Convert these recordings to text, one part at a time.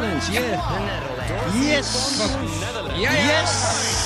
Netherlands, yeah. The Netherlands. Yes. Ja, yes.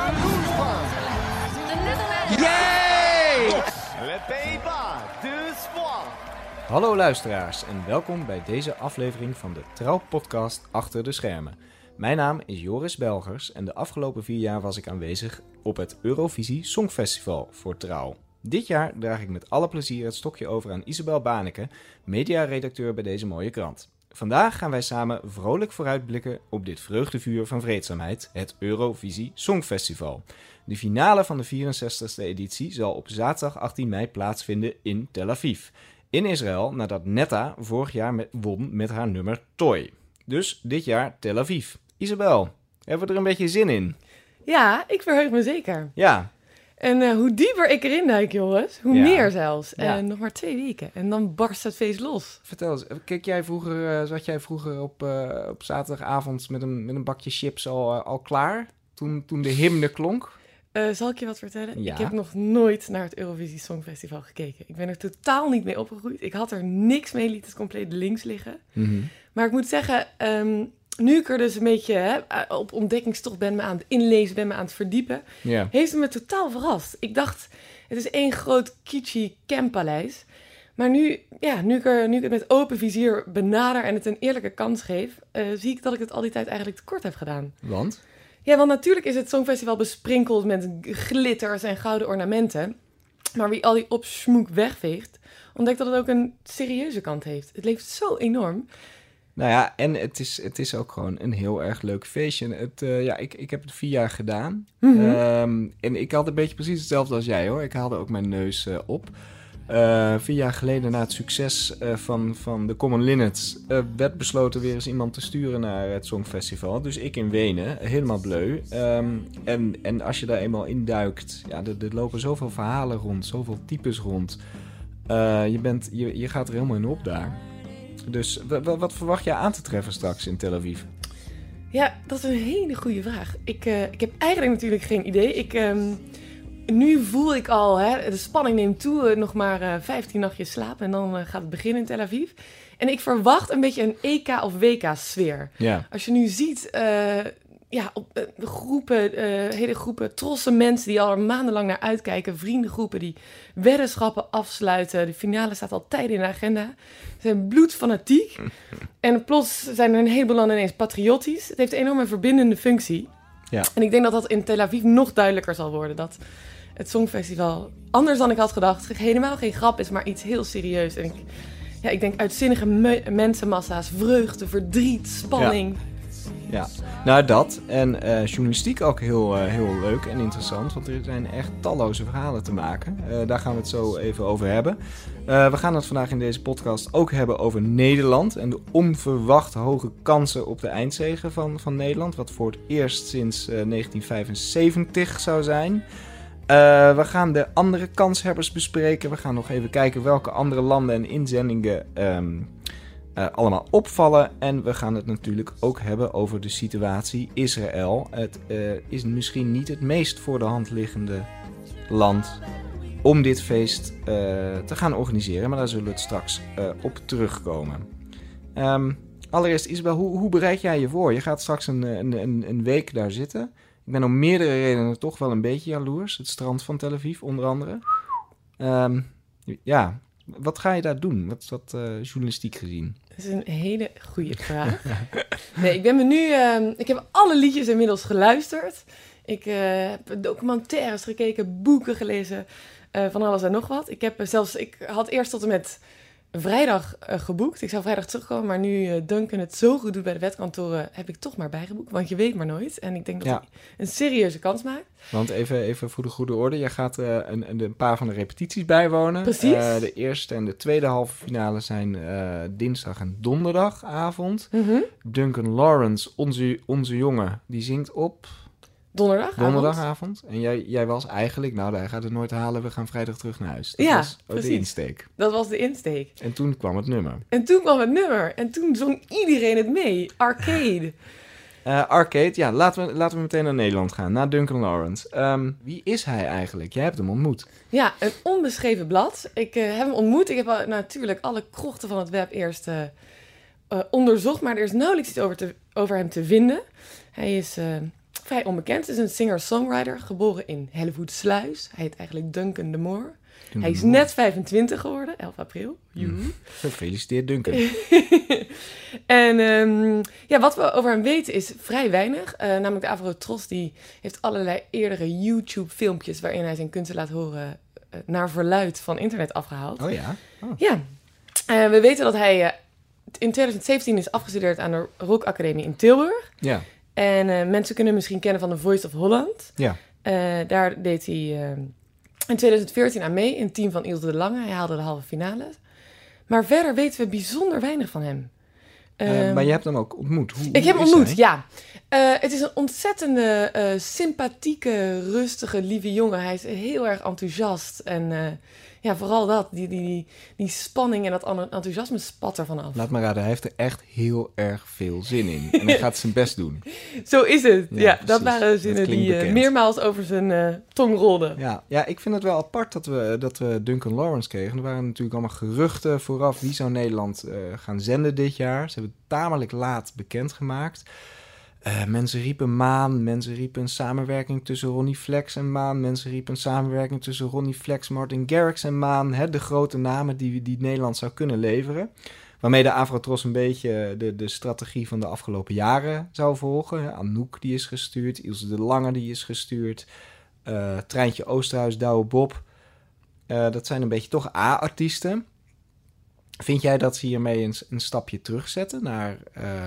The Netherlands. Yay! Les Pays-Bas, 2-3. Hallo luisteraars en welkom bij deze aflevering van de Trouw-podcast Achter de Schermen. Mijn naam is Joris Belgers en de afgelopen 4 jaar was ik aanwezig op het Eurovisie Songfestival voor Trouw. Dit jaar draag ik met alle plezier het stokje over aan Isabel Baneke, mediaredacteur bij deze mooie krant. Vandaag gaan wij samen vrolijk vooruitblikken op dit vreugdevuur van vreedzaamheid, het Eurovisie Songfestival. De finale van de 64e editie zal op zaterdag 18 mei plaatsvinden in Tel Aviv. In Israël, nadat Netta vorig jaar won met haar nummer Toy. Dus dit jaar Tel Aviv. Isabel, hebben we er een beetje zin in? Ja, ik verheug me zeker. Ja. En hoe dieper ik erin duik, Joris, hoe Ja. meer zelfs. Ja. Nog maar 2 weken. En dan barst het feest los. Vertel eens, zat jij vroeger op zaterdagavond met een bakje chips al klaar? Toen de hymne klonk? Zal ik je wat vertellen? Ja. Ik heb nog nooit naar het Eurovisie Songfestival gekeken. Ik ben er totaal niet mee opgegroeid. Ik had er niks mee, liet het compleet links liggen. Mm-hmm. Maar ik moet zeggen, nu ik er dus een beetje op ontdekkingstocht ben, me aan het inlezen, ben me aan het verdiepen, Ja. heeft het me totaal verrast. Ik dacht, het is 1 groot kitschy campaleis. Maar nu ik het met open vizier benader en het een eerlijke kans geef, zie ik dat ik het al die tijd eigenlijk tekort heb gedaan. Want? Ja, want natuurlijk is het Songfestival besprinkeld met glitters en gouden ornamenten. Maar wie al die opsmoek wegveegt, ontdekt dat het ook een serieuze kant heeft. Het leeft zo enorm. Nou ja, en het is ook gewoon een heel erg leuk feestje. Ik heb het 4 jaar gedaan. Mhm. En ik had een beetje precies hetzelfde als jij, hoor. Ik haalde ook mijn neus op. 4 jaar geleden, na het succes van de Common Linnets, werd besloten weer eens iemand te sturen naar het Songfestival. Dus ik in Wenen, helemaal bleu. En als je daar eenmaal induikt, ja, er lopen zoveel verhalen rond, zoveel types rond. Je gaat er helemaal in op daar. Dus wat verwacht jij aan te treffen straks in Tel Aviv? Ja, dat is een hele goede vraag. Ik heb eigenlijk natuurlijk geen idee. Nu voel ik al, de spanning neemt toe. Nog maar 15 nachtjes slapen en dan gaat het beginnen in Tel Aviv. En ik verwacht een beetje een EK of WK-sfeer. Ja. Als je nu ziet, hele groepen trosse mensen die al er maandenlang naar uitkijken. Vriendengroepen die weddenschappen afsluiten. De finale staat al tijden in de agenda. Ze zijn bloedfanatiek. En plots zijn er een heleboel landen ineens patriotisch. Het heeft een enorme verbindende functie. Ja. En ik denk dat dat in Tel Aviv nog duidelijker zal worden. Dat het Songfestival, anders dan ik had gedacht, helemaal geen grap is, maar iets heel serieus. En ik denk uitzinnige mensenmassa's, vreugde, verdriet, spanning. Ja, nou dat. En journalistiek ook heel leuk en interessant. Want er zijn echt talloze verhalen te maken. Daar gaan we het zo even over hebben. We gaan het vandaag in deze podcast ook hebben over Nederland. En de onverwacht hoge kansen op de eindzege van Nederland. Wat voor het eerst sinds 1975 zou zijn. We gaan de andere kanshebbers bespreken. We gaan nog even kijken welke andere landen en inzendingen allemaal opvallen. En we gaan het natuurlijk ook hebben over de situatie Israël. Het is misschien niet het meest voor de hand liggende land om dit feest te gaan organiseren. Maar daar zullen we het straks op terugkomen. Allereerst, Isabel, hoe bereid jij je voor? Je gaat straks een week daar zitten. Ik ben om meerdere redenen toch wel een beetje jaloers. Het strand van Tel Aviv, onder andere. Wat ga je daar doen? Wat journalistiek gezien? Dat is een hele goede vraag. Nee, ik heb alle liedjes inmiddels geluisterd. Ik heb documentaires gekeken, boeken gelezen, van alles en nog wat. Ik had eerst tot en met vrijdag geboekt. Ik zou vrijdag terugkomen, maar nu Duncan het zo goed doet bij de wetkantoren, heb ik toch maar bijgeboekt. Want je weet maar nooit. En ik denk dat hij een serieuze kans maakt. Want even voor de goede orde, jij gaat een paar van de repetities bijwonen. Precies. De eerste en de tweede halve finale zijn dinsdag en donderdagavond. Mhm. Duncan Lawrence, onze jongen, die zingt op Donderdagavond. En jij was eigenlijk, nou, hij gaat het nooit halen, we gaan vrijdag terug naar huis. Dat Ja, was de precies. insteek. Dat was de insteek. En toen kwam het nummer. En toen kwam het nummer. En toen zong iedereen het mee. Arcade. Arcade, ja, laten we meteen naar Nederland gaan, naar Duncan Lawrence. Wie is hij eigenlijk? Jij hebt hem ontmoet. Ja, een onbeschreven blad. Ik heb hem ontmoet. Ik heb natuurlijk alle krochten van het web eerst onderzocht, maar er is nauwelijks iets over hem te vinden. Hij is vrij onbekend. Hij is een singer-songwriter, geboren in Hellevoetsluis. Hij heet eigenlijk Duncan de Moor. Hij is net 25 geworden, 11 april. Gefeliciteerd, Duncan. En wat we over hem weten is vrij weinig. Namelijk de Avrotros, die heeft allerlei eerdere YouTube-filmpjes... waarin hij zijn kunsten laat horen naar verluid van internet afgehaald. Oh ja? Oh. Ja. We weten dat hij in 2017 is afgestudeerd aan de Rock Academie in Tilburg. Ja. En mensen kunnen hem misschien kennen van The Voice of Holland. Ja. Daar deed hij in 2014 aan mee in het team van Ilse de Lange. Hij haalde de halve finale. Maar verder weten we bijzonder weinig van hem. Maar je hebt hem ook ontmoet. Ik heb hem ontmoet, ja. Het is een ontzettende, sympathieke, rustige, lieve jongen. Hij is heel erg enthousiast. En vooral dat, die spanning en dat enthousiasme spat er vanaf. Laat maar raden, hij heeft er echt heel erg veel zin in. En hij gaat zijn best doen. Zo is het. Ja, dat precies. waren zinnen die meermaals over zijn tong rolden. Ja, ik vind het wel apart dat we Duncan Lawrence kregen. Er waren natuurlijk allemaal geruchten vooraf. Wie zou Nederland gaan zenden dit jaar? Ze hebben het tamelijk laat bekendgemaakt. Mensen riepen Maan, mensen riepen een samenwerking tussen Ronnie Flex en Maan, mensen riepen een samenwerking tussen Ronnie Flex, Martin Garrix en Maan, de grote namen die Nederland zou kunnen leveren. Waarmee de Avrotros een beetje de strategie van de afgelopen jaren zou volgen. Anouk die is gestuurd, Ilse de Lange die is gestuurd, Treintje Oosterhuis, Douwe Bob. Dat zijn een beetje toch A-artiesten. Vind jij dat ze hiermee een stapje terugzetten naar...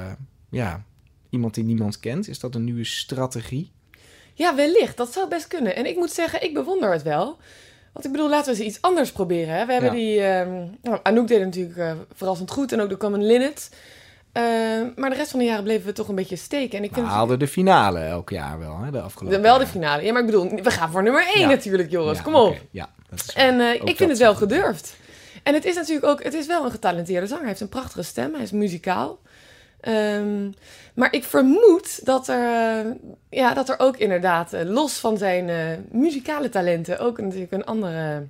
iemand die niemand kent? Is dat een nieuwe strategie? Ja, wellicht. Dat zou best kunnen. En ik moet zeggen, ik bewonder het wel. Want ik bedoel, laten we eens iets anders proberen. Hè? We hebben Anouk deed het natuurlijk verrassend goed. En ook de Common Linnet. Maar de rest van de jaren bleven we toch een beetje steken. En ik haalde de finale elk jaar wel, hè? De afgelopen wel de finale. Ja, maar ik bedoel, we gaan voor nummer 1 natuurlijk, jongens. Kom op. Okay. Ja, dat is en ik vind het wel gedurfd. En het is natuurlijk ook... Het is wel een getalenteerde zanger. Hij heeft een prachtige stem. Hij is muzikaal. Maar ik vermoed dat er ook inderdaad, los van zijn muzikale talenten, ook natuurlijk een andere...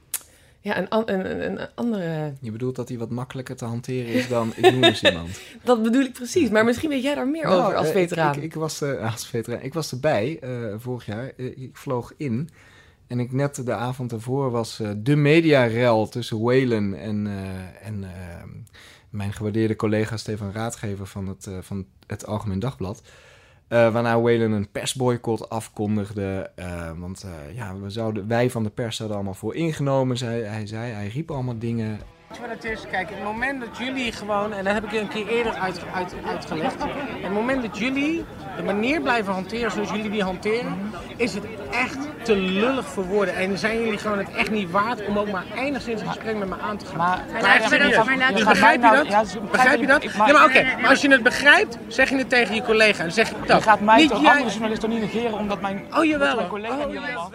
een andere... Je bedoelt dat hij wat makkelijker te hanteren is dan ik noem eens iemand. Dat bedoel ik precies, maar misschien weet jij daar meer over als veteraan. Ik was erbij vorig jaar. Ik vloog in. En net de avond ervoor was de mediarel tussen Waylon en mijn gewaardeerde collega Stefan Raadgever van het Algemeen Dagblad. Waarna Waylon een persboycott afkondigde. Want wij van de pers zouden allemaal voor ingenomen. Hij riep allemaal dingen. Weet je wat het is? Kijk, het moment dat jullie gewoon, en dat heb ik een keer eerder uitgelegd. Het moment dat jullie de manier blijven hanteren zoals jullie die hanteren, is het echt te lullig voor woorden. En zijn jullie gewoon het echt niet waard om ook maar enigszins een gesprek met me aan te gaan. Dus begrijp je dat? Begrijp je dat? Ja, maar oké. Maar als je het begrijpt, zeg je het tegen je collega. En zeg je dat. Je gaat mij toch andere journalisten toch niet negeren omdat mijn collega niet helemaal...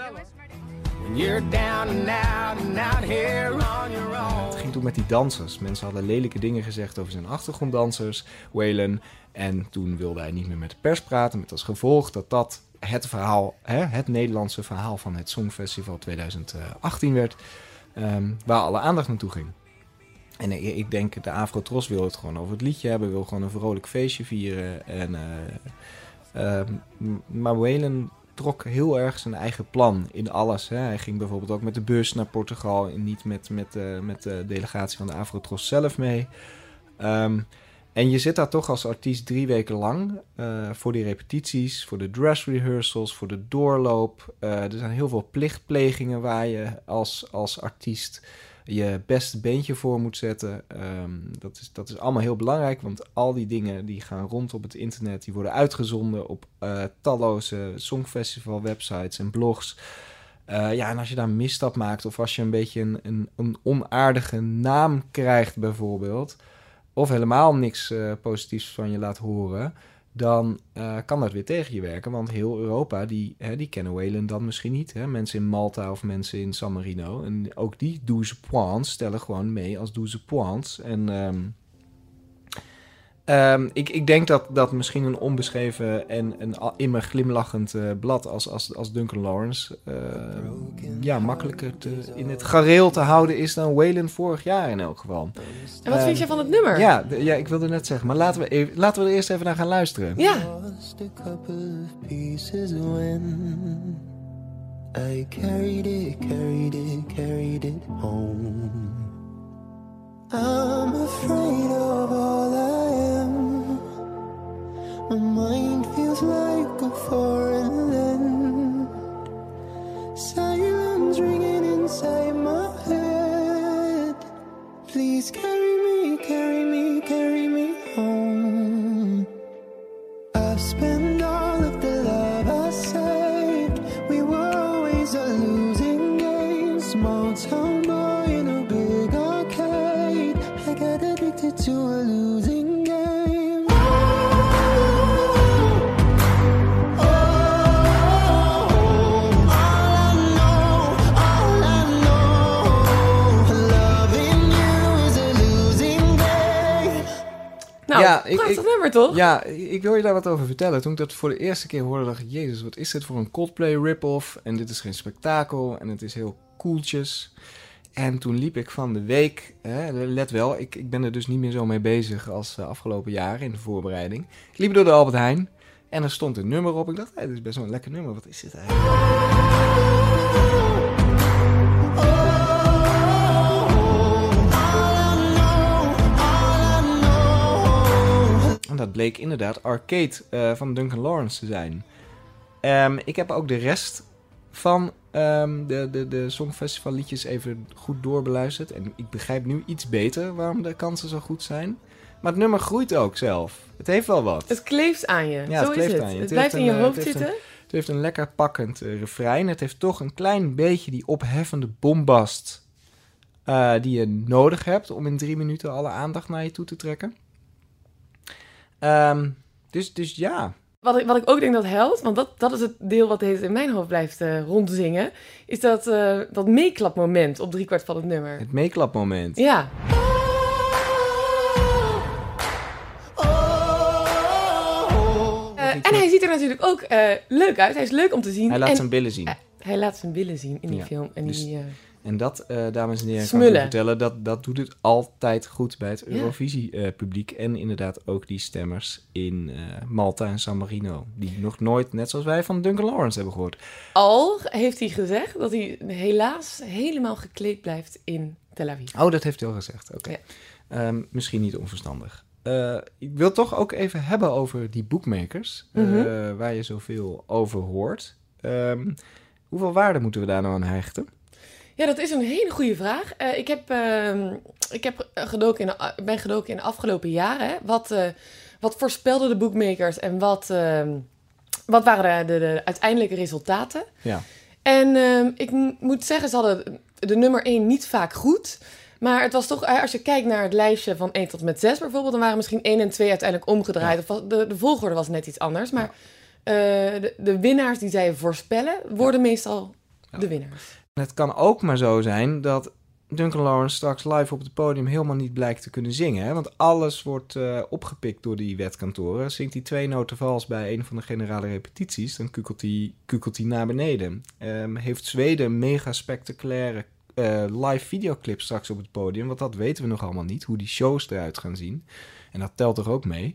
Het ging toen met die dansers. Mensen hadden lelijke dingen gezegd over zijn achtergronddansers, Waylon. En toen wilde hij niet meer met de pers praten. Met als gevolg dat het verhaal, het Nederlandse verhaal van het Songfestival 2018 werd. Waar alle aandacht naartoe ging. En ik denk, de Avrotros wil het gewoon over het liedje hebben. Wil gewoon een vrolijk feestje vieren. Maar Waylon trok heel erg zijn eigen plan in alles. Hè. Hij ging bijvoorbeeld ook met de bus naar Portugal en niet met de delegatie van de Avrotros zelf mee. En je zit daar toch als artiest 3 weken lang voor die repetities, voor de dress rehearsals, voor de doorloop. Er zijn heel veel plichtplegingen waar je als artiest je beste beentje voor moet zetten. Dat is allemaal heel belangrijk, want al die dingen die gaan rond op het internet, die worden uitgezonden op talloze songfestival websites en blogs. En als je daar een misstap maakt of als je een beetje een onaardige naam krijgt bijvoorbeeld, of helemaal niks positiefs van je laat horen, dan kan dat weer tegen je werken. Want heel Europa, die kennen Waylon dan misschien niet. Hè? Mensen in Malta of mensen in San Marino. En ook die 12 points stellen gewoon mee als 12 points. En Ik denk dat misschien een onbeschreven en een immer glimlachend blad als Duncan Lawrence makkelijker in het gareel te houden is dan Waylon vorig jaar in elk geval. En wat vind je van het nummer? Ja, ik wilde net zeggen, maar laten we er eerst even naar gaan luisteren. Ja. Lost a couple of pieces when I carried it home. I'm afraid of all I am. My mind feels like a foreign land. Silence ringing inside my head. Please carry me home. I've spent all of the love I saved. We were always a losing game. Small town boy in a big arcade. I got addicted to a losing game. All I know, loving you is a losing game. Nou, Ja, prachtig nummer toch? Ja, ik wil je daar wat over vertellen. Toen ik dat voor de eerste keer hoorde, dacht ik... Jezus, wat is dit voor een Coldplay rip-off? En dit is geen spektakel. En het is heel koeltjes. En toen liep ik van de week... let wel, ik ben er dus niet meer zo mee bezig... als afgelopen jaren in de voorbereiding. Ik liep door de Albert Heijn. En er stond een nummer op. Ik dacht, dit is best wel een lekker nummer. Wat is dit eigenlijk? En dat bleek inderdaad Arcade van Duncan Lawrence te zijn. Ik heb ook de rest van de Songfestival liedjes even goed doorbeluisterd. En ik begrijp nu iets beter waarom de kansen zo goed zijn. Maar het nummer groeit ook zelf. Het heeft wel wat. Het kleeft aan je. Ja, Zo het kleeft is het. aan je. Het Het blijft heeft in je een, hoofd het heeft zitten. Het heeft een lekker pakkend refrein. Het heeft toch een klein beetje die opheffende bombast die je nodig hebt om in 3 minuten alle aandacht naar je toe te trekken. Dus ja. Wat ik ook denk dat helpt, want dat is het deel wat in mijn hoofd blijft rondzingen, is dat meeklapmoment op 3/4 van het nummer. Het meeklapmoment. Ja. En hij ziet er natuurlijk ook leuk uit. Hij is leuk om te zien. Hij laat En zijn billen zien. hij laat zijn billen zien in die Ja, film. En dus- die, En dat, dames en heren, kan ik Smullen. u vertellen, dat doet het altijd goed bij het Eurovisie-publiek. En inderdaad ook die stemmers in Malta en San Marino. Die nog nooit, net zoals wij, van Duncan Lawrence hebben gehoord. al heeft hij gezegd dat hij helaas helemaal gekleed blijft in Tel Aviv. Oh, dat heeft hij al gezegd. Oké. Ja. Misschien niet onverstandig. Ik wil toch ook even hebben over die bookmakers, waar je zoveel over hoort. Hoeveel waarde moeten we daar nou aan hechten? Ja, dat is een hele goede vraag. Ik ben gedoken in de afgelopen jaren. Hè. Wat voorspelden de bookmakers en wat waren de uiteindelijke resultaten? Ja. En ik moet zeggen, ze hadden de nummer 1 niet vaak goed. Maar het was toch, als je kijkt naar het lijstje van 1 tot en met 6 bijvoorbeeld, dan waren misschien 1 en 2 uiteindelijk omgedraaid. Ja. Of de volgorde was net iets anders. Maar de winnaars die zij voorspellen, worden meestal de winnaars. En het kan ook maar zo zijn dat Duncan Lawrence straks live op het podium helemaal niet blijkt te kunnen zingen. Hè? Want alles wordt opgepikt door die wetkantoren. Zingt hij 2 noten vals bij een van de generale repetities, dan kukelt hij naar beneden. Heeft Zweden een mega spectaculaire live videoclip straks op het podium? Want dat weten we nog allemaal niet, hoe die shows eruit gaan zien. En dat telt er ook mee.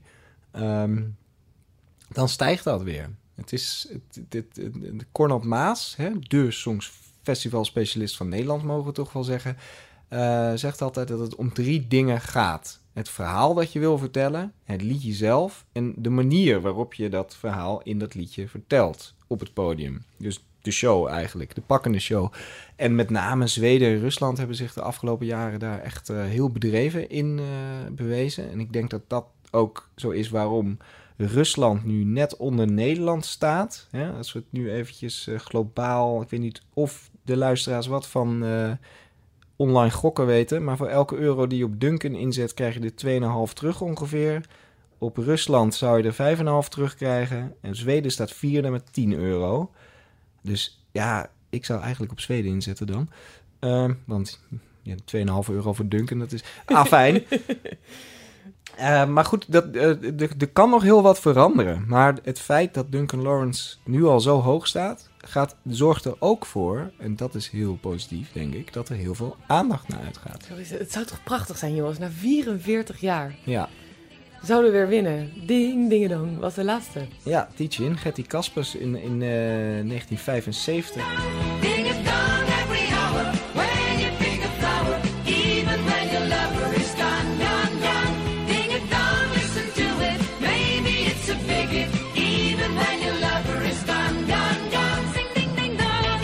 Dan stijgt dat weer. Het is Cornald Maas, hè, de Songfestivalspecialist van Nederland, mogen we toch wel zeggen, zegt altijd dat het om 3 dingen gaat. Het verhaal dat je wil vertellen, het liedje zelf en de manier waarop je dat verhaal in dat liedje vertelt op het podium. Dus de show eigenlijk, de pakkende show. En met name Zweden en Rusland hebben zich de afgelopen jaren daar echt heel bedreven in bewezen. En ik denk dat dat ook zo is waarom Rusland nu net onder Nederland staat. Ja, als we het nu eventjes globaal... Ik weet niet of de luisteraars wat van online gokken weten, maar voor elke euro die je op Duncan inzet, krijg je er 2,5 terug ongeveer. Op Rusland zou je er 5,5 terugkrijgen. En Zweden staat 4e met 10 euro. Dus ja, ik zou eigenlijk op Zweden inzetten dan. Want ja, 2,5 euro voor Duncan, dat is... fijn. Maar goed, er kan nog heel wat veranderen. Maar het feit dat Duncan Lawrence nu al zo hoog staat, zorgt er ook voor, en dat is heel positief, denk ik, dat er heel veel aandacht naar uitgaat. Zo is het. Het zou toch prachtig zijn, jongens. Na 44 jaar Ja, zouden we weer winnen. Ding, dingedong, was de laatste. ja, Tietjen, Gertie Kaspers in 1975. Ding a dong every hour when you pick a flower, even when your lover is gone, gone, gone. Ding a dong, listen to it. Maybe it's a bigot, even when your lover is gone, gone, gone. Sing ding ding dong.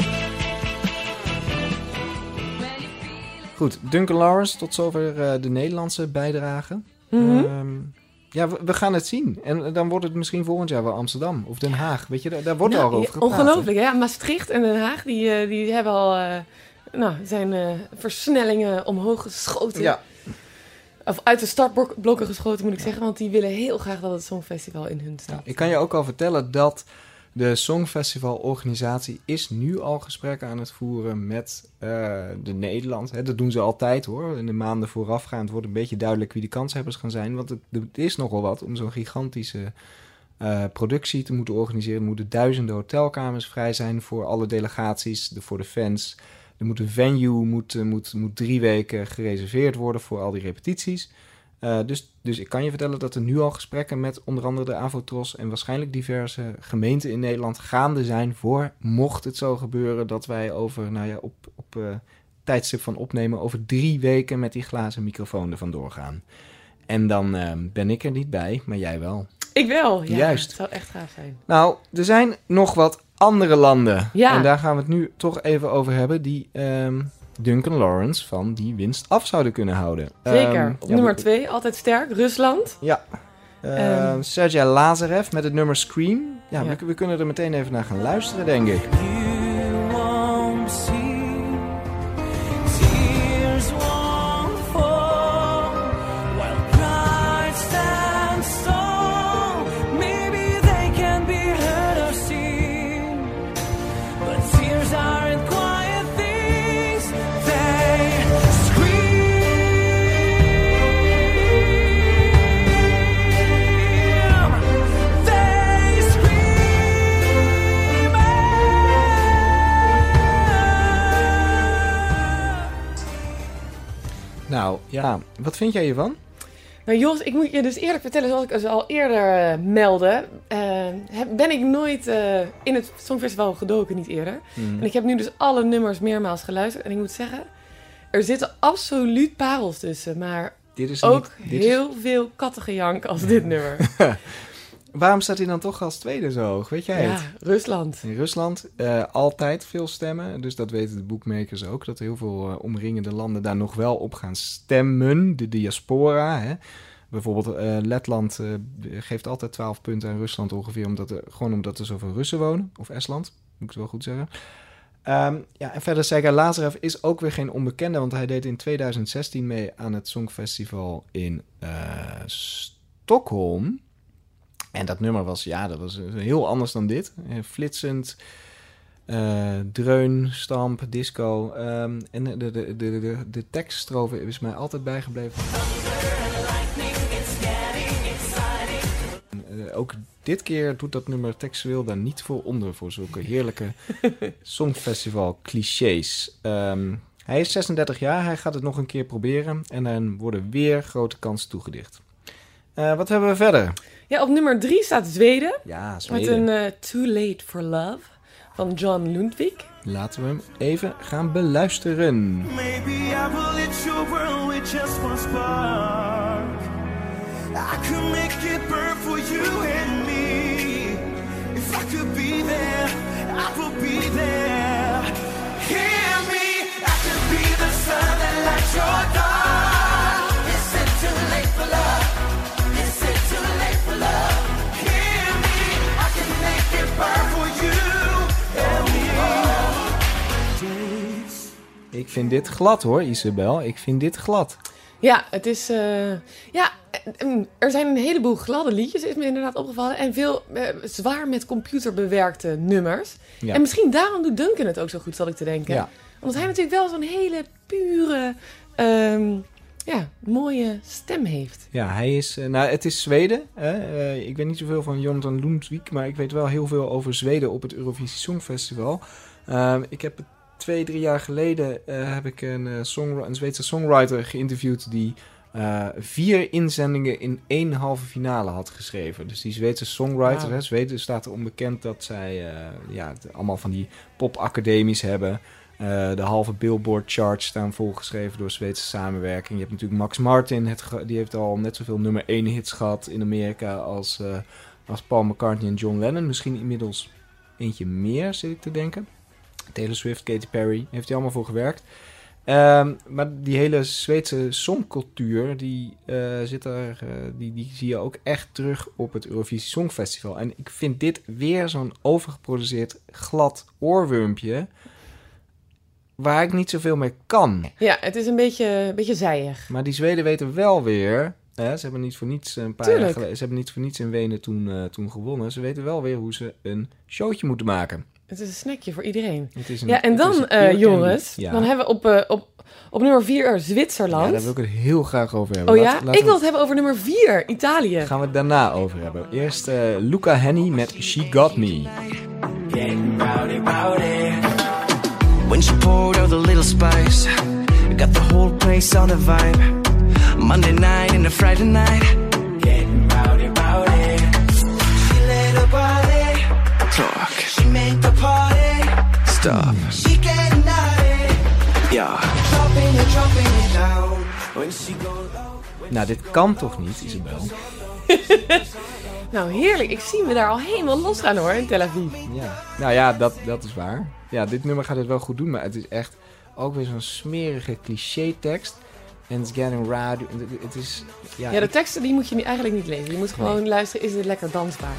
When you feel it. Goed, Duncan Lawrence, tot zover de Nederlandse bijdrage. Ja, we gaan het zien. En dan wordt het misschien volgend jaar wel Amsterdam of Den Haag. Weet je, daar wordt al over gepraat. Ongelooflijk, hè? Maastricht en Den Haag, die hebben al zijn versnellingen omhoog geschoten. Ja. Of uit de startblokken geschoten, moet ik zeggen. Want die willen heel graag dat het Songfestival in hun staat. Ik kan je ook al vertellen dat de Songfestival-organisatie is nu al gesprekken aan het voeren met de Nederland. Hè, dat doen ze altijd hoor. In de maanden voorafgaand wordt een beetje duidelijk wie de kanshebbers gaan zijn. Want het is nogal wat om zo'n gigantische productie te moeten organiseren. Er moeten duizenden hotelkamers vrij zijn voor alle delegaties, voor de fans. Er moet een venue, moet 3 weken gereserveerd worden voor al die repetities. Dus ik kan je vertellen dat er nu al gesprekken met onder andere de Avotros en waarschijnlijk diverse gemeenten in Nederland gaande zijn voor, mocht het zo gebeuren, dat wij op tijdstip van opnemen over 3 weken met die glazen microfoon er vandoor gaan. En dan ben ik er niet bij, maar jij wel. Ik wel, ja. Juist. Het zou echt gaaf zijn. Nou, er zijn nog wat andere landen. Ja. En daar gaan we het nu toch even over hebben die Duncan Lawrence van die winst af zouden kunnen houden. Zeker. Op nummer 2, altijd sterk, Rusland. Ja. Sergej Lazarev met het nummer Scream. Ja, Ja. We kunnen er meteen even naar gaan luisteren, denk ik. You won't see, tears won't fall, while pride stands tall. Maybe they can be heard or seen, but tears aren't quiet things. They scream. They scream. Nou, ja. Wat vind jij hiervan? Nou Jos, ik moet je dus eerlijk vertellen, zoals ik dus al eerder meldde, ben ik nooit in het Songfestival gedoken, niet eerder. En ik heb nu dus alle nummers meermaals geluisterd en ik moet zeggen, er zitten absoluut parels tussen, maar Dit is ook niet, dit is- heel veel kattengejank als dit nummer. Waarom staat hij dan toch als tweede zo hoog? Weet jij Ja, het? Rusland. In Rusland altijd veel stemmen. Dus dat weten de boekmakers ook. Dat heel veel omringende landen daar nog wel op gaan stemmen. De diaspora. Hè. Bijvoorbeeld Letland geeft altijd 12 punten aan Rusland ongeveer. Omdat er zoveel Russen wonen. Of Estland, moet ik het wel goed zeggen. En verder Sergej Lazarev is ook weer geen onbekende. Want hij deed in 2016 mee aan het Songfestival in Stockholm. En dat nummer was heel anders dan dit. Flitsend, dreun, stamp, disco. En de tekststrofe is mij altijd bijgebleven. Ook dit keer doet dat nummer textueel daar niet voor onder. Voor zulke heerlijke songfestival clichés. Hij is 36 jaar, hij gaat het nog een keer proberen. En dan worden weer grote kansen toegedicht. Wat hebben we verder? Ja, op nummer 3 staat Zweden. Ja, Met Zweden. een Too Late for Love van John Lundvik. Laten we hem even gaan beluisteren. Maybe I will lit your world with just one spark. I could make it burn for you and me. If I could be there, I will be there. Hear me, I could be the sun that lights your dark. Is it too late for love? Is it too late for love? Hear me, I can make it burn for you and me. Days. Ik vind dit glad hoor, Isabel. Ik vind dit glad. Ja, het is... er zijn een heleboel gladde liedjes, is me inderdaad opgevallen. En veel zwaar met computer bewerkte nummers. Ja. En misschien daarom doet Duncan het ook zo goed, zal ik te denken. Ja. Want hij natuurlijk wel zo'n hele pure mooie stem heeft. Ja, hij is... het is Zweden. Ik weet niet zoveel van Jonathan Lundvik, maar ik weet wel heel veel over Zweden op het Eurovisie Songfestival. Ik heb 2-3 jaar geleden heb ik een Zweedse songwriter geïnterviewd die 4 inzendingen in 1 halve finale had geschreven. Dus die Zweedse songwriter, Wow. Zweden staat er onbekend dat zij allemaal van die popacademies hebben. De halve Billboard charts staan volgeschreven door Zweedse samenwerking. Je hebt natuurlijk Max Martin, die heeft al net zoveel nummer 1 hits gehad in Amerika als Paul McCartney en John Lennon. Misschien inmiddels eentje meer, zit ik te denken. Taylor Swift, Katy Perry, heeft hij allemaal voor gewerkt. Maar die hele Zweedse songcultuur, die zie je ook echt terug op het Eurovisie Songfestival. En ik vind dit weer zo'n overgeproduceerd glad oorwormpje waar ik niet zoveel mee kan. Ja, het is een beetje zijig. Maar die Zweden weten wel weer... ze hebben niet voor niets een paar jaar geleden... Ze hebben niet voor niets in Wenen toen gewonnen. Ze weten wel weer hoe ze een showtje moeten maken. Het is een snackje voor iedereen. Het is En dan, jongens, dan hebben we op nummer 4 Zwitserland. Ja, daar wil ik het heel graag over hebben. Oh ja? Ik wil het hebben over nummer 4, Italië. Daar gaan we het daarna over hebben. Eerst Luca Hänni met She Got Me. Getting rowdy, rowdy. When she poured out the little spice, got the whole place on the vibe. Monday night and a Friday night. Getting rowdy, rowdy. She let her body talk. She make the party stop. She getting naughty. Yeah. Dropping it down. When she go low. Nou, dit kan toch niet, Isabel? Nou, heerlijk. Ik zie me daar al helemaal los gaan hoor, in Tel Aviv. Ja. Nou ja, dat is waar. Ja, dit nummer gaat het wel goed doen, maar het is echt ook weer zo'n smerige cliché-tekst. And it's getting rowdy. Het is... Ja, de teksten die moet je eigenlijk niet lezen. Je moet gewoon luisteren, is dit lekker dansbaar?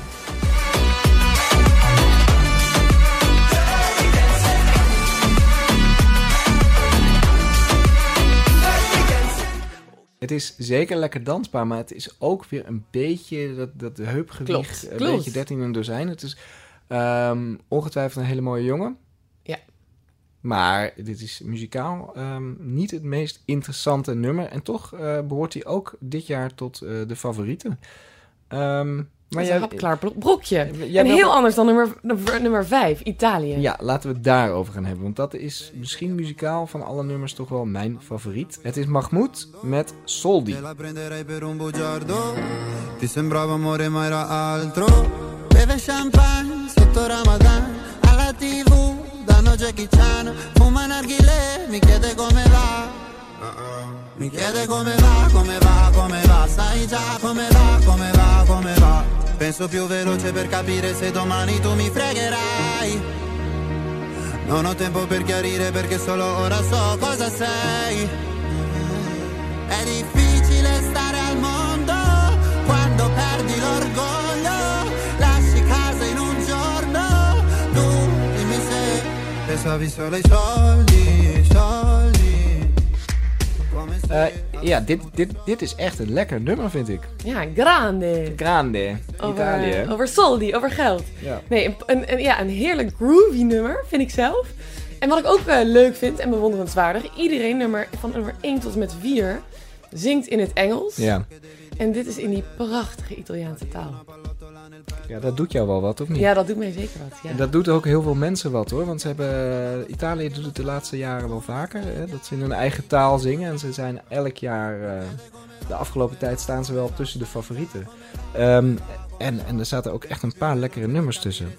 Het is zeker lekker dansbaar, maar het is ook weer een beetje dat heupgewicht. Klopt. Een beetje 13 een dozijn. Het is ongetwijfeld een hele mooie jongen. Ja. Maar dit is muzikaal niet het meest interessante nummer. En toch behoort hij ook dit jaar tot de favorieten. Maar een hapklaar brokje. En heel anders dan nummer 5, Italië. Ja, laten we het daarover gaan hebben. Want dat is misschien muzikaal van alle nummers toch wel mijn favoriet. Het is Mahmoud met Soldi. Ti sembrava amore ma era altro. Beve champagne sotto Ramadan. Alla TV danno Jackie Chan. Fuma narghile, mi chiede come va. Mi chiede come va, come va, come va. Sai già come va, come va, come va. Penso più veloce per capire se domani tu mi fregherai. Non ho tempo per chiarire perché solo ora so cosa sei. È difficile stare al mondo quando perdi l'orgoglio. Lasci casa in un giorno. Tu dimmi se pensavi solo ai soldi, soldi. Ja, dit is echt een lekker nummer, vind ik. Ja, grande. Grande. Italië. Over soldi, over geld. Ja. Nee, een heerlijk groovy nummer, vind ik zelf. En wat ik ook leuk vind en bewonderenswaardig, iedereen van nummer 1 tot en met 4 zingt in het Engels. Ja. En dit is in die prachtige Italiaanse taal. Ja, dat doet jou wel wat, of niet? Ja, dat doet mij zeker wat. Ja. En dat doet ook heel veel mensen wat, hoor. Want Italië doet het de laatste jaren wel vaker. Hè, dat ze in hun eigen taal zingen. En ze zijn elk jaar... de afgelopen tijd staan ze wel tussen de favorieten. En er zaten ook echt een paar lekkere nummers tussen.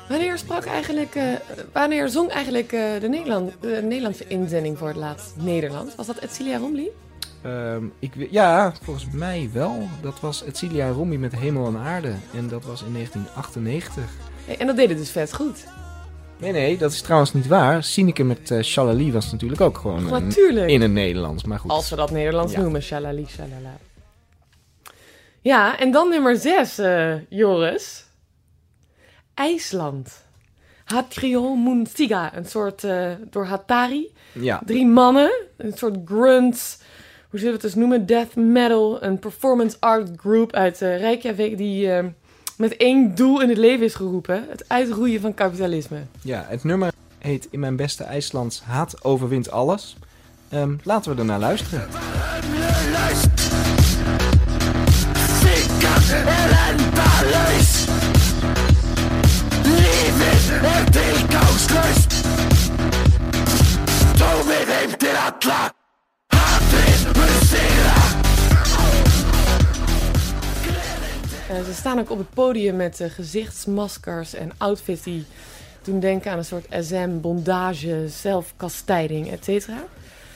Wanneer zong eigenlijk de Nederlandse inzending voor het laatst Nederlands? Was dat Edcilia Romli? Volgens mij wel. Dat was Edcilia Romli met Hemel en Aarde. En dat was in 1998. En dat deed het dus vet goed. Nee, dat is trouwens niet waar. Sineke met Shalali was natuurlijk ook gewoon in het Nederlands. Maar goed. Als we dat Nederlands noemen, Shalali, shalala. Ja, en dan nummer 6, Joris. IJsland. Hatrio Munstiga, een soort door Hatari. Ja. 3 mannen, een soort grunts, hoe zullen we het dus noemen, death metal, een performance art group uit Reykjavik die met 1 doel in het leven is geroepen, het uitroeien van kapitalisme. Ja, het nummer heet In mijn beste IJslands Haat overwint alles. Laten we ernaar luisteren. endalaus. Livet tilgangsløst. Tog meg hjem til Atla. Hatred museer. Ze staan ook op het podium met gezichtsmaskers en outfits die doen denken aan een soort SM, bondage, zelfkastijding, et cetera.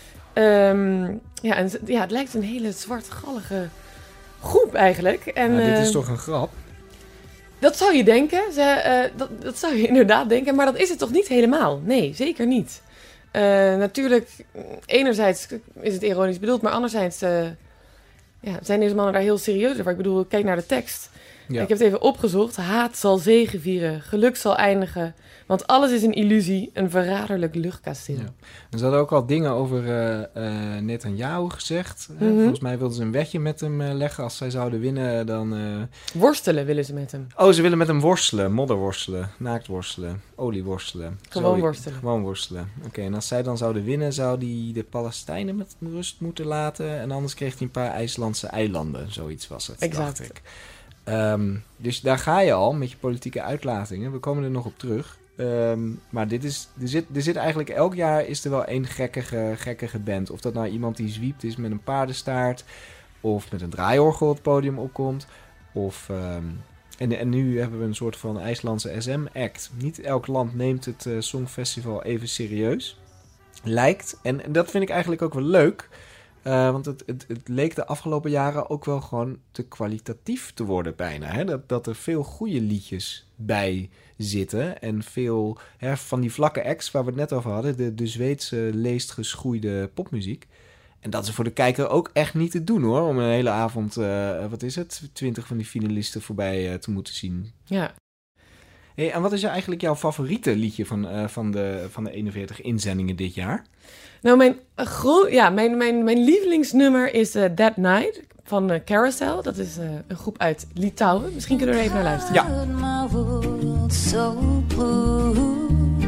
Het lijkt een hele zwartgallige groep eigenlijk. En, dit is toch een grap? Dat zou je denken. Dat zou je inderdaad denken. Maar dat is het toch niet helemaal? Nee, zeker niet. Natuurlijk, enerzijds is het ironisch bedoeld, maar anderzijds zijn deze mannen daar heel serieus over. Ik bedoel, kijk naar de tekst. Ja. Ik heb het even opgezocht. Haat zal zegevieren, geluk zal eindigen. Want alles is een illusie, een verraderlijk luchtkasteel. Ja. En ze hadden ook al dingen over Netanyahu gezegd. Volgens mij wilden ze een wetje met hem leggen. Als zij zouden winnen, dan... Worstelen willen ze met hem. Oh, ze willen met hem worstelen. Modderworstelen, naaktworstelen, olieworstelen. Gewoon worstelen. Gewoon worstelen. Oké, en als zij dan zouden winnen, zou hij de Palestijnen met rust moeten laten. En anders kreeg hij een paar IJslandse eilanden. Zoiets was het, exact. dacht ik. Dus daar ga je al met je politieke uitlatingen. We komen er nog op terug. Maar er zit eigenlijk elk jaar is er wel één gekkige band. Of dat nou iemand die zwiept is met een paardenstaart. Of met een draaiorgel op het podium opkomt. Of... En nu hebben we een soort van IJslandse SM-act. Niet elk land neemt het Songfestival even serieus. Lijkt. En dat vind ik eigenlijk ook wel leuk. Want het leek de afgelopen jaren ook wel gewoon te kwalitatief te worden bijna. Hè? Dat er veel goede liedjes bij zitten. En veel van die vlakke acts waar we het net over hadden. De Zweedse leest geschoeide popmuziek. En dat is voor de kijker ook echt niet te doen hoor. Om een hele avond, 20 van die finalisten voorbij te moeten zien. Ja. Hey, en wat is eigenlijk jouw favoriete liedje van de 41 inzendingen dit jaar? Nou, mijn lievelingsnummer is That Night van Carousel. Dat is een groep uit Litouwen. Misschien kunnen we er even naar luisteren. Ja. My world so blue.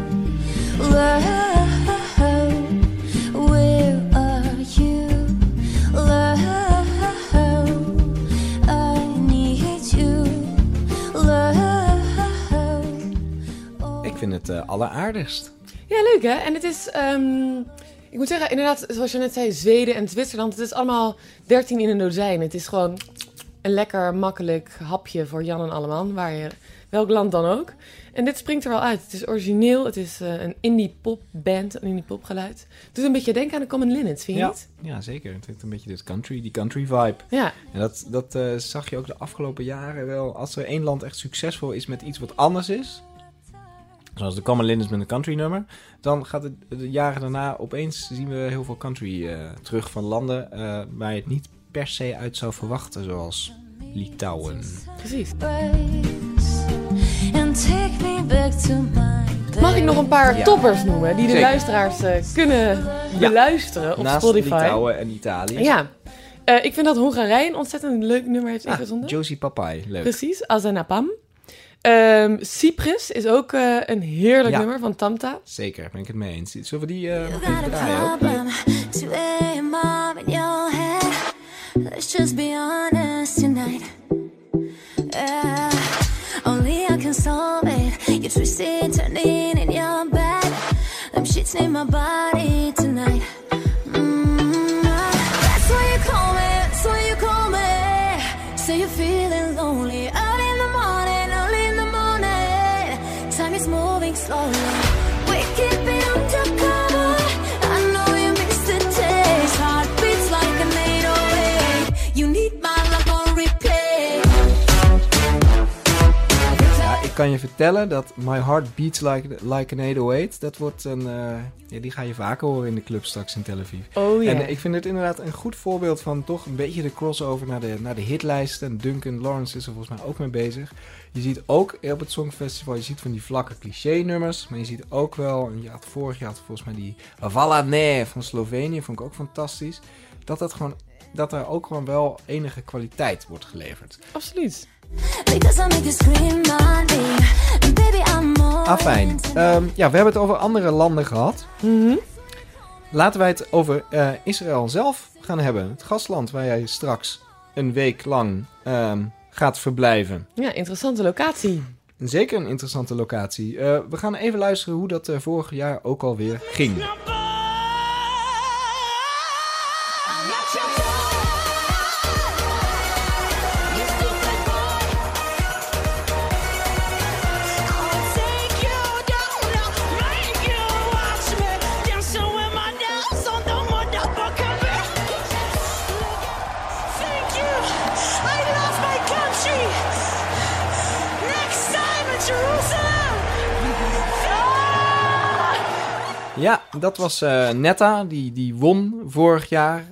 Love, where are you? Love, I need you. Love. Ik vind het alleraardigst. Ja, leuk hè? En het is... ik moet zeggen, inderdaad, zoals je net zei, Zweden en Zwitserland. Het is allemaal 13 in een dozijn. Het is gewoon een lekker makkelijk hapje voor Jan en Alleman. Welk land dan ook. En dit springt er wel uit. Het is origineel. Het is een indie pop band. Een indie pop geluid. Het doet een beetje denken aan de Common Linnets, vind je niet? Ja, zeker. Het heeft een beetje die country vibe. Ja. En dat zag je ook de afgelopen jaren wel. Als er één land echt succesvol is met iets wat anders is... Zoals de Common Linnets met een country nummer. Dan gaat het de jaren daarna opeens zien we heel veel country terug van landen waar je het niet per se uit zou verwachten. Zoals Litouwen. Precies. And take me back to my Mag ik nog een paar toppers noemen die de Zeker. luisteraars kunnen beluisteren op Naast Spotify? Litouwen en Italië. Ja. Ik vind dat Hongarije een ontzettend leuk nummer heeft ingezonden. Josie Papai, leuk. Precies, Azanapam. Cyprus is ook een heerlijk nummer van Tamta. Zeker, ben ik het mee eens. Zullen we die nog You even got a draaien ook? problem to a mom in your head. Let's just be honest tonight. Only I can solve it. You twisted, turning in your bed. Them shits in my body tonight. That's why you call me. That's why you call me. Say you're feeling lonely. Early in the morning, early in the morning. Time is moving slowly. We keep it undercover. I know you miss the taste. Heartbeats like an 808. You need my love on replay. Ja, ik kan je vertellen dat My Heart Beats Like an 808... dat wordt die ga je vaker horen in de club straks in Tel Aviv. Oh ja. En ik vind het inderdaad een goed voorbeeld van toch een beetje de crossover naar de hitlijsten. En Duncan Lawrence is er volgens mij ook mee bezig. Je ziet ook op het Songfestival, je ziet van die vlakke cliché-nummers. Maar je ziet ook wel, en vorig jaar had volgens mij die Valane van Slovenië, vond ik ook fantastisch. Dat er ook gewoon wel enige kwaliteit wordt geleverd. Absoluut. Afijn. We hebben het over andere landen gehad. Laten wij het over Israël zelf gaan hebben. Het gastland waar jij straks een week lang gaat verblijven. Ja, interessante locatie. Zeker een interessante locatie. We gaan even luisteren hoe dat vorig jaar ook alweer ging. Ja, dat was Netta, die won vorig jaar.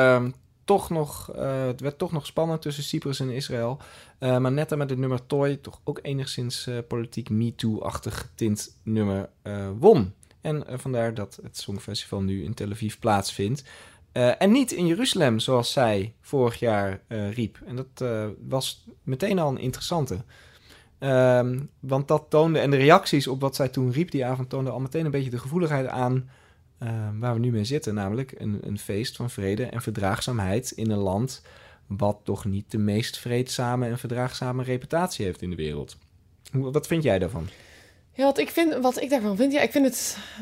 Het werd toch nog spannend tussen Cyprus en Israël. Maar Netta met het nummer Toy, toch ook enigszins politiek MeToo-achtig getint nummer, won. En vandaar dat het Songfestival nu in Tel Aviv plaatsvindt. En niet in Jeruzalem, zoals zij vorig jaar riep. En dat was meteen al een interessante. Want dat toonde, en de reacties op wat zij toen riep die avond, toonden al meteen een beetje de gevoeligheid aan waar we nu mee zitten. Namelijk een feest van vrede en verdraagzaamheid in een land wat toch niet de meest vreedzame en verdraagzame reputatie heeft in de wereld. Wat vind jij daarvan? Ja, wat ik daarvan vind, ja, ik vind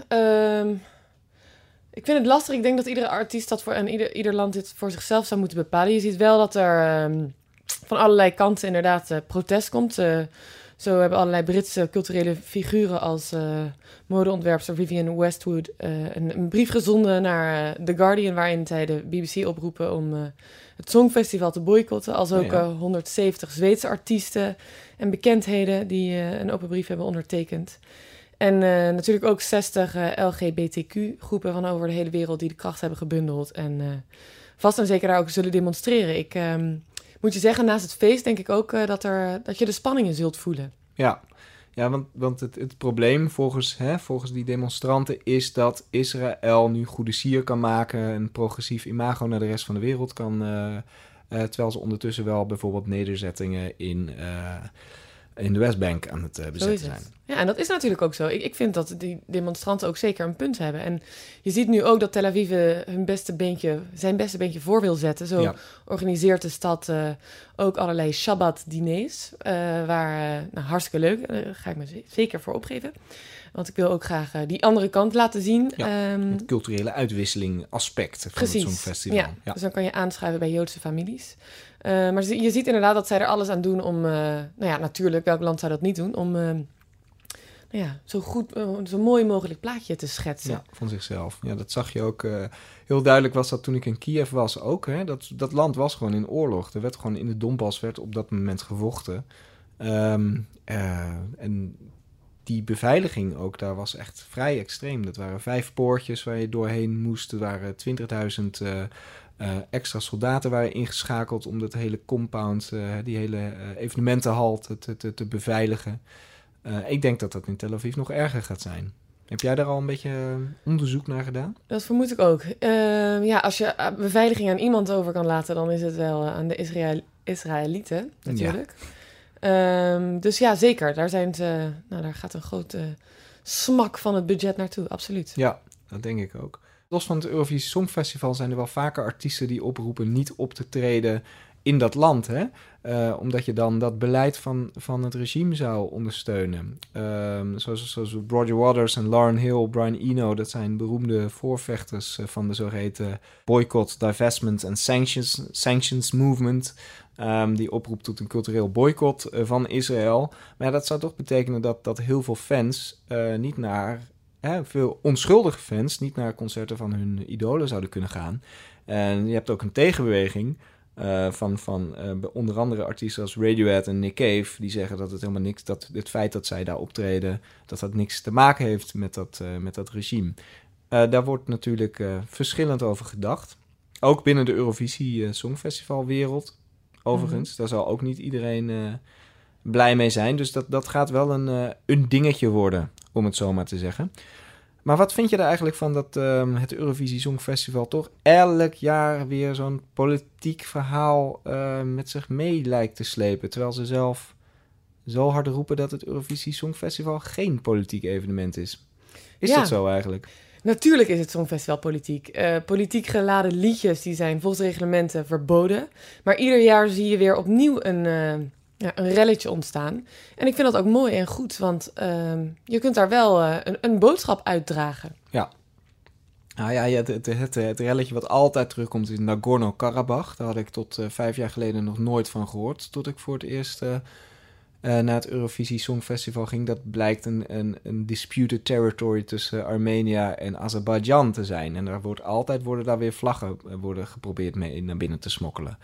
het lastig. Ik denk dat iedere artiest dat voor en ieder land dit voor zichzelf zou moeten bepalen. Je ziet wel dat er van allerlei kanten inderdaad protest komt. Zo hebben allerlei Britse culturele figuren als modeontwerpster Vivienne Westwood een brief gezonden naar The Guardian, waarin zij de BBC oproepen om het Songfestival te boycotten. Als ook 170 Zweedse artiesten en bekendheden die een open brief hebben ondertekend. En natuurlijk ook 60 LGBTQ-groepen van over de hele wereld die de kracht hebben gebundeld. En vast en zeker daar ook zullen demonstreren. Ik moet je zeggen, naast het feest denk ik ook dat je de spanningen zult voelen. Ja, want het probleem volgens die demonstranten is dat Israël nu goede sier kan maken, een progressief imago naar de rest van de wereld kan, terwijl ze ondertussen wel bijvoorbeeld nederzettingen in de Westbank aan het bezetten zijn. Ja, en dat is natuurlijk ook zo. Ik vind dat die demonstranten ook zeker een punt hebben. En je ziet nu ook dat Tel Aviv zijn beste beentje voor wil zetten. Zo organiseert de stad ook allerlei Shabbat-diners. Hartstikke leuk. Daar ga ik me zeker voor opgeven. Want ik wil ook graag die andere kant laten zien. Ja, het culturele uitwisseling aspect van het Songfestival. Ja, dus dan kan je aanschuiven bij Joodse families. Maar je ziet inderdaad dat zij er alles aan doen om... natuurlijk, welk land zou dat niet doen? Om zo mooi mogelijk plaatje te schetsen. Ja, van zichzelf. Ja, dat zag je ook. Heel duidelijk was dat toen ik in Kiev was ook. Hè, dat land was gewoon in oorlog. Er werd gewoon in de Donbass werd op dat moment gevochten. En die beveiliging ook daar was echt vrij extreem. Dat waren 5 poortjes waar je doorheen moest. Er waren 20.000... extra soldaten waren ingeschakeld om dat hele compound, die hele evenementenhal te beveiligen. Ik denk dat dat in Tel Aviv nog erger gaat zijn. Heb jij daar al een beetje onderzoek naar gedaan? Dat vermoed ik ook. Als je beveiliging aan iemand over kan laten, dan is het wel aan de Israëlieten natuurlijk. Ja. Dus ja, zeker. Daar gaat een grote smak van het budget naartoe, absoluut. Ja, dat denk ik ook. Los van het Eurovisie Songfestival zijn er wel vaker artiesten die oproepen niet op te treden in dat land, hè? Omdat je dan dat beleid van het regime zou ondersteunen. Zoals Roger Waters en Lauryn Hill, Brian Eno, dat zijn beroemde voorvechters van de zogeheten boycott, divestment en sanctions movement. Die oproept tot een cultureel boycott van Israël. Maar ja, dat zou toch betekenen dat heel veel fans niet naar... veel onschuldige fans niet naar concerten van hun idolen zouden kunnen gaan. En je hebt ook een tegenbeweging van onder andere artiesten als Radiohead en Nick Cave, die zeggen dat het helemaal niks, dat het feit dat zij daar optreden, dat niks te maken heeft met dat regime. Daar wordt natuurlijk verschillend over gedacht. Ook binnen de Eurovisie Songfestivalwereld, overigens. Daar zal ook niet iedereen blij mee zijn. Dus dat gaat wel een dingetje worden, om het zo maar te zeggen. Maar wat vind je er eigenlijk van dat het Eurovisie Songfestival toch elk jaar weer zo'n politiek verhaal met zich mee lijkt te slepen, terwijl ze zelf zo hard roepen dat het Eurovisie Songfestival geen politiek evenement is? Is dat zo eigenlijk? Natuurlijk is het Songfestival politiek. Politiek geladen liedjes die zijn volgens reglementen verboden. Maar ieder jaar zie je weer opnieuw een relletje ontstaan. En ik vind dat ook mooi en goed, want je kunt daar wel een boodschap uitdragen. Ja. Nou ja, het relletje wat altijd terugkomt is Nagorno-Karabakh. Daar had ik tot 5 jaar geleden nog nooit van gehoord. Tot ik voor het eerst naar het Eurovisie Songfestival ging. Dat blijkt een disputed territory tussen Armenia en Azerbeidzjan te zijn. En worden daar weer vlaggen worden geprobeerd mee naar binnen te smokkelen.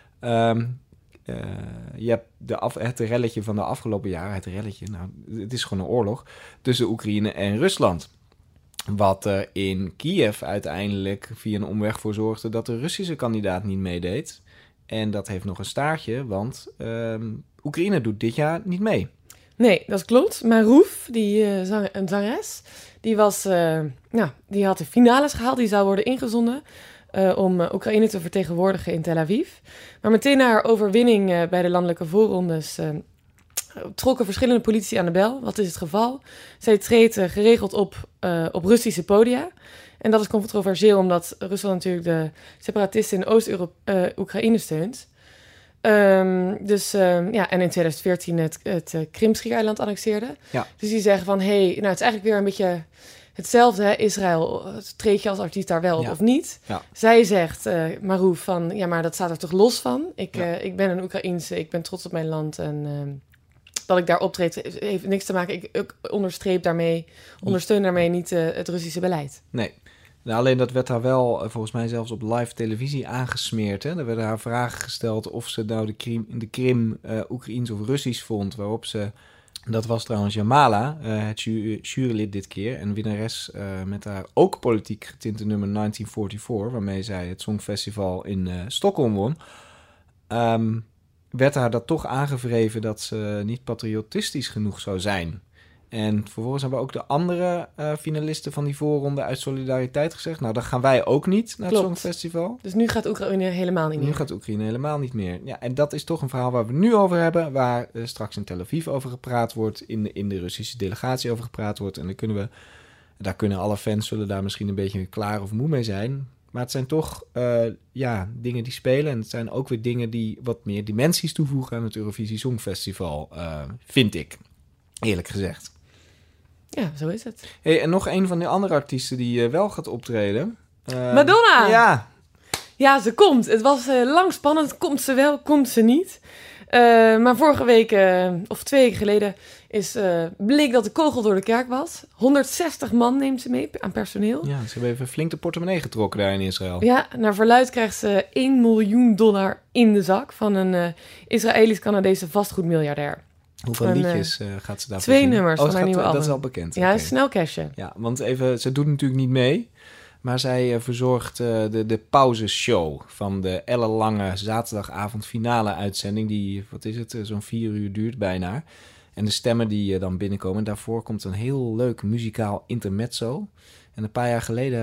Je hebt het relletje van de afgelopen jaren. Het is gewoon een oorlog tussen Oekraïne en Rusland. Wat er in Kiev uiteindelijk via een omweg voor zorgde dat de Russische kandidaat niet meedeed. En dat heeft nog een staartje, want Oekraïne doet dit jaar niet mee. Nee, dat klopt. Marouf, een zangeres, die had de finales gehaald. Die zou worden ingezonden om Oekraïne te vertegenwoordigen in Tel Aviv. Maar meteen na haar overwinning bij de landelijke voorrondes trokken verschillende politici aan de bel. Wat is het geval? Zij treedt geregeld op Russische podia. En dat is controversieel, omdat Rusland natuurlijk de separatisten in Oost-Oekraïne steunt. En in 2014 het Krimschiereiland annexeerde. Ja. Dus die zeggen van, het is eigenlijk weer een beetje hetzelfde. Hè? Israël, treed je als artiest daar wel op of niet? Ja. Zij zegt, Marouf, van, maar dat staat er toch los van? Ik ben een Oekraïense, ik ben trots op mijn land en dat ik daar optreed heeft niks te maken. Ik ondersteun daarmee niet het Russische beleid. Nee. Nou, alleen dat werd haar wel, volgens mij zelfs op live televisie aangesmeerd. Hè? Er werden haar vragen gesteld of ze nou de Krim Oekraïens of Russisch vond. Waarop ze, dat was trouwens Jamala, het jurylid dit keer. En winnares met haar ook politiek getinte nummer 1944. Waarmee zij het Songfestival in Stockholm won. Werd haar dat toch aangevreven dat ze niet patriotistisch genoeg zou zijn. En vervolgens hebben ook de andere finalisten van die voorronde uit solidariteit gezegd, nou, dan gaan wij ook niet naar het Songfestival. Dus nu gaat Oekraïne helemaal niet meer. Nu gaat Oekraïne helemaal niet meer. Ja, en dat is toch een verhaal waar we nu over hebben, waar straks in Tel Aviv over gepraat wordt, in de Russische delegatie over gepraat wordt. En daar kunnen alle fans zullen daar misschien een beetje klaar of moe mee zijn. Maar het zijn toch dingen die spelen. En het zijn ook weer dingen die wat meer dimensies toevoegen aan het Eurovisie Songfestival, vind ik. Eerlijk gezegd. Ja, zo is het. Hey, en nog een van de andere artiesten die wel gaat optreden. Madonna! Ja. Ja, ze komt. Het was lang spannend. Komt ze wel, komt ze niet? Maar vorige week, of 2 weken geleden, bleek dat de kogel door de kerk was. 160 man neemt ze mee aan personeel. Ja, ze hebben even flink de portemonnee getrokken daar in Israël. Ja, naar verluidt krijgt ze $1 miljoen in de zak van een Israëlisch-Canadese vastgoedmiljardair. Hoeveel liedjes gaat ze daarvoor 2 zingen? nummers van haar nieuwe album. Dat is al bekend. Ja, snel cashen. Ja, want even, ze doet natuurlijk niet mee. Maar zij verzorgt de pauzeshow van de ellenlange zaterdagavond finale uitzending. Die, zo'n 4 uur duurt bijna. En de stemmen die dan binnenkomen. Daarvoor komt een heel leuk muzikaal intermezzo. En een paar jaar geleden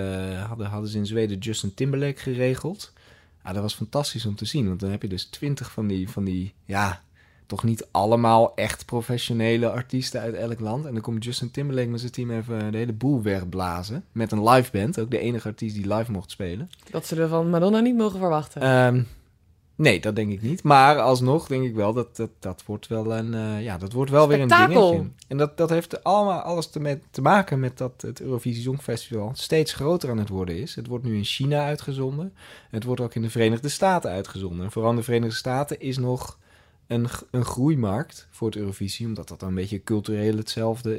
hadden ze in Zweden Justin Timberlake geregeld. Dat was fantastisch om te zien. Want dan heb je dus 20 van die toch niet allemaal echt professionele artiesten uit elk land. En dan komt Justin Timberlake met zijn team even de hele boel wegblazen. Met een live band, ook de enige artiest die live mocht spelen. Dat zullen we van Madonna niet mogen verwachten. Nee, dat denk ik niet. Maar alsnog denk ik wel dat wordt wel dat wordt wel Spektakel. Weer een dingetje. En dat heeft allemaal alles te maken met dat het Eurovisie Songfestival steeds groter aan het worden is. Het wordt nu in China uitgezonden. Het wordt ook in de Verenigde Staten uitgezonden. En vooral in de Verenigde Staten is nog een groeimarkt voor het Eurovisie, omdat dat dan een beetje cultureel hetzelfde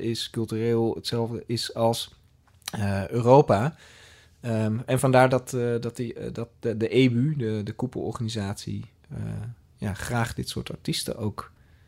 is als Europa. En vandaar dat de EBU, de koepelorganisatie, graag dit soort artiesten ook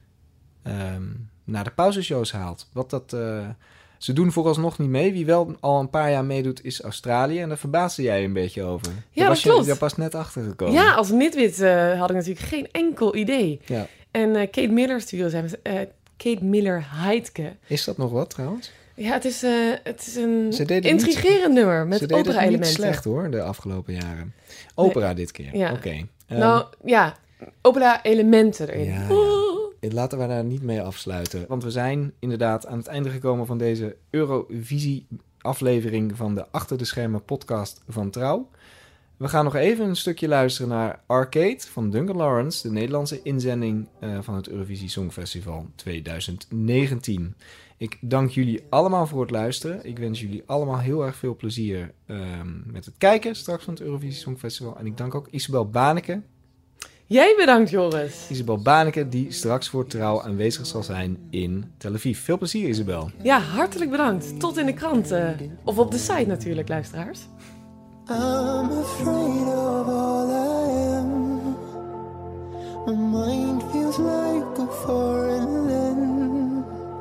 naar de pauzeshows haalt. Ze doen vooralsnog niet mee. Wie wel al een paar jaar meedoet is Australië. En daar verbaasde jij een beetje over. Ja, dat klopt. Je daar pas net achter gekomen. Ja, als nitwit had ik natuurlijk geen enkel idee. Ja. En Kate Miller stuurde zijn. Kate Miller-Heidke. Is dat nog wat trouwens? Ja, het is een intrigerend nummer met opera-elementen. Ze deden niet slecht hoor, de afgelopen jaren. Opera dit keer, ja. Oké. Opera-elementen erin. Ja. Laten we daar niet mee afsluiten. Want we zijn inderdaad aan het einde gekomen van deze Eurovisie-aflevering van de Achter de Schermen podcast van Trouw. We gaan nog even een stukje luisteren naar Arcade van Duncan Lawrence, de Nederlandse inzending van het Eurovisie Songfestival 2019. Ik dank jullie allemaal voor het luisteren. Ik wens jullie allemaal heel erg veel plezier met het kijken straks van het Eurovisie Songfestival. En ik dank ook Isabel Baneke. Jij bedankt, Joris. Isabel Baneke, die straks voor Trouw aanwezig zal zijn in Tel Aviv. Veel plezier, Isabel. Ja, hartelijk bedankt. Tot in de krant. Of op de site natuurlijk, luisteraars. I'm afraid of all I am. My mind feels like a foreign land.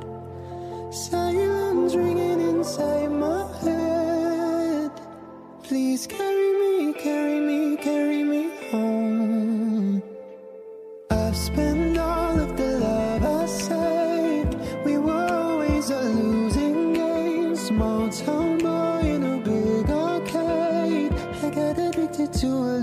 Silence ringing inside my head. Please carry me, carry me, carry me home. I've spent all of the love I saved. We were always a losing game. Small town boy in a big arcade. I got addicted to it.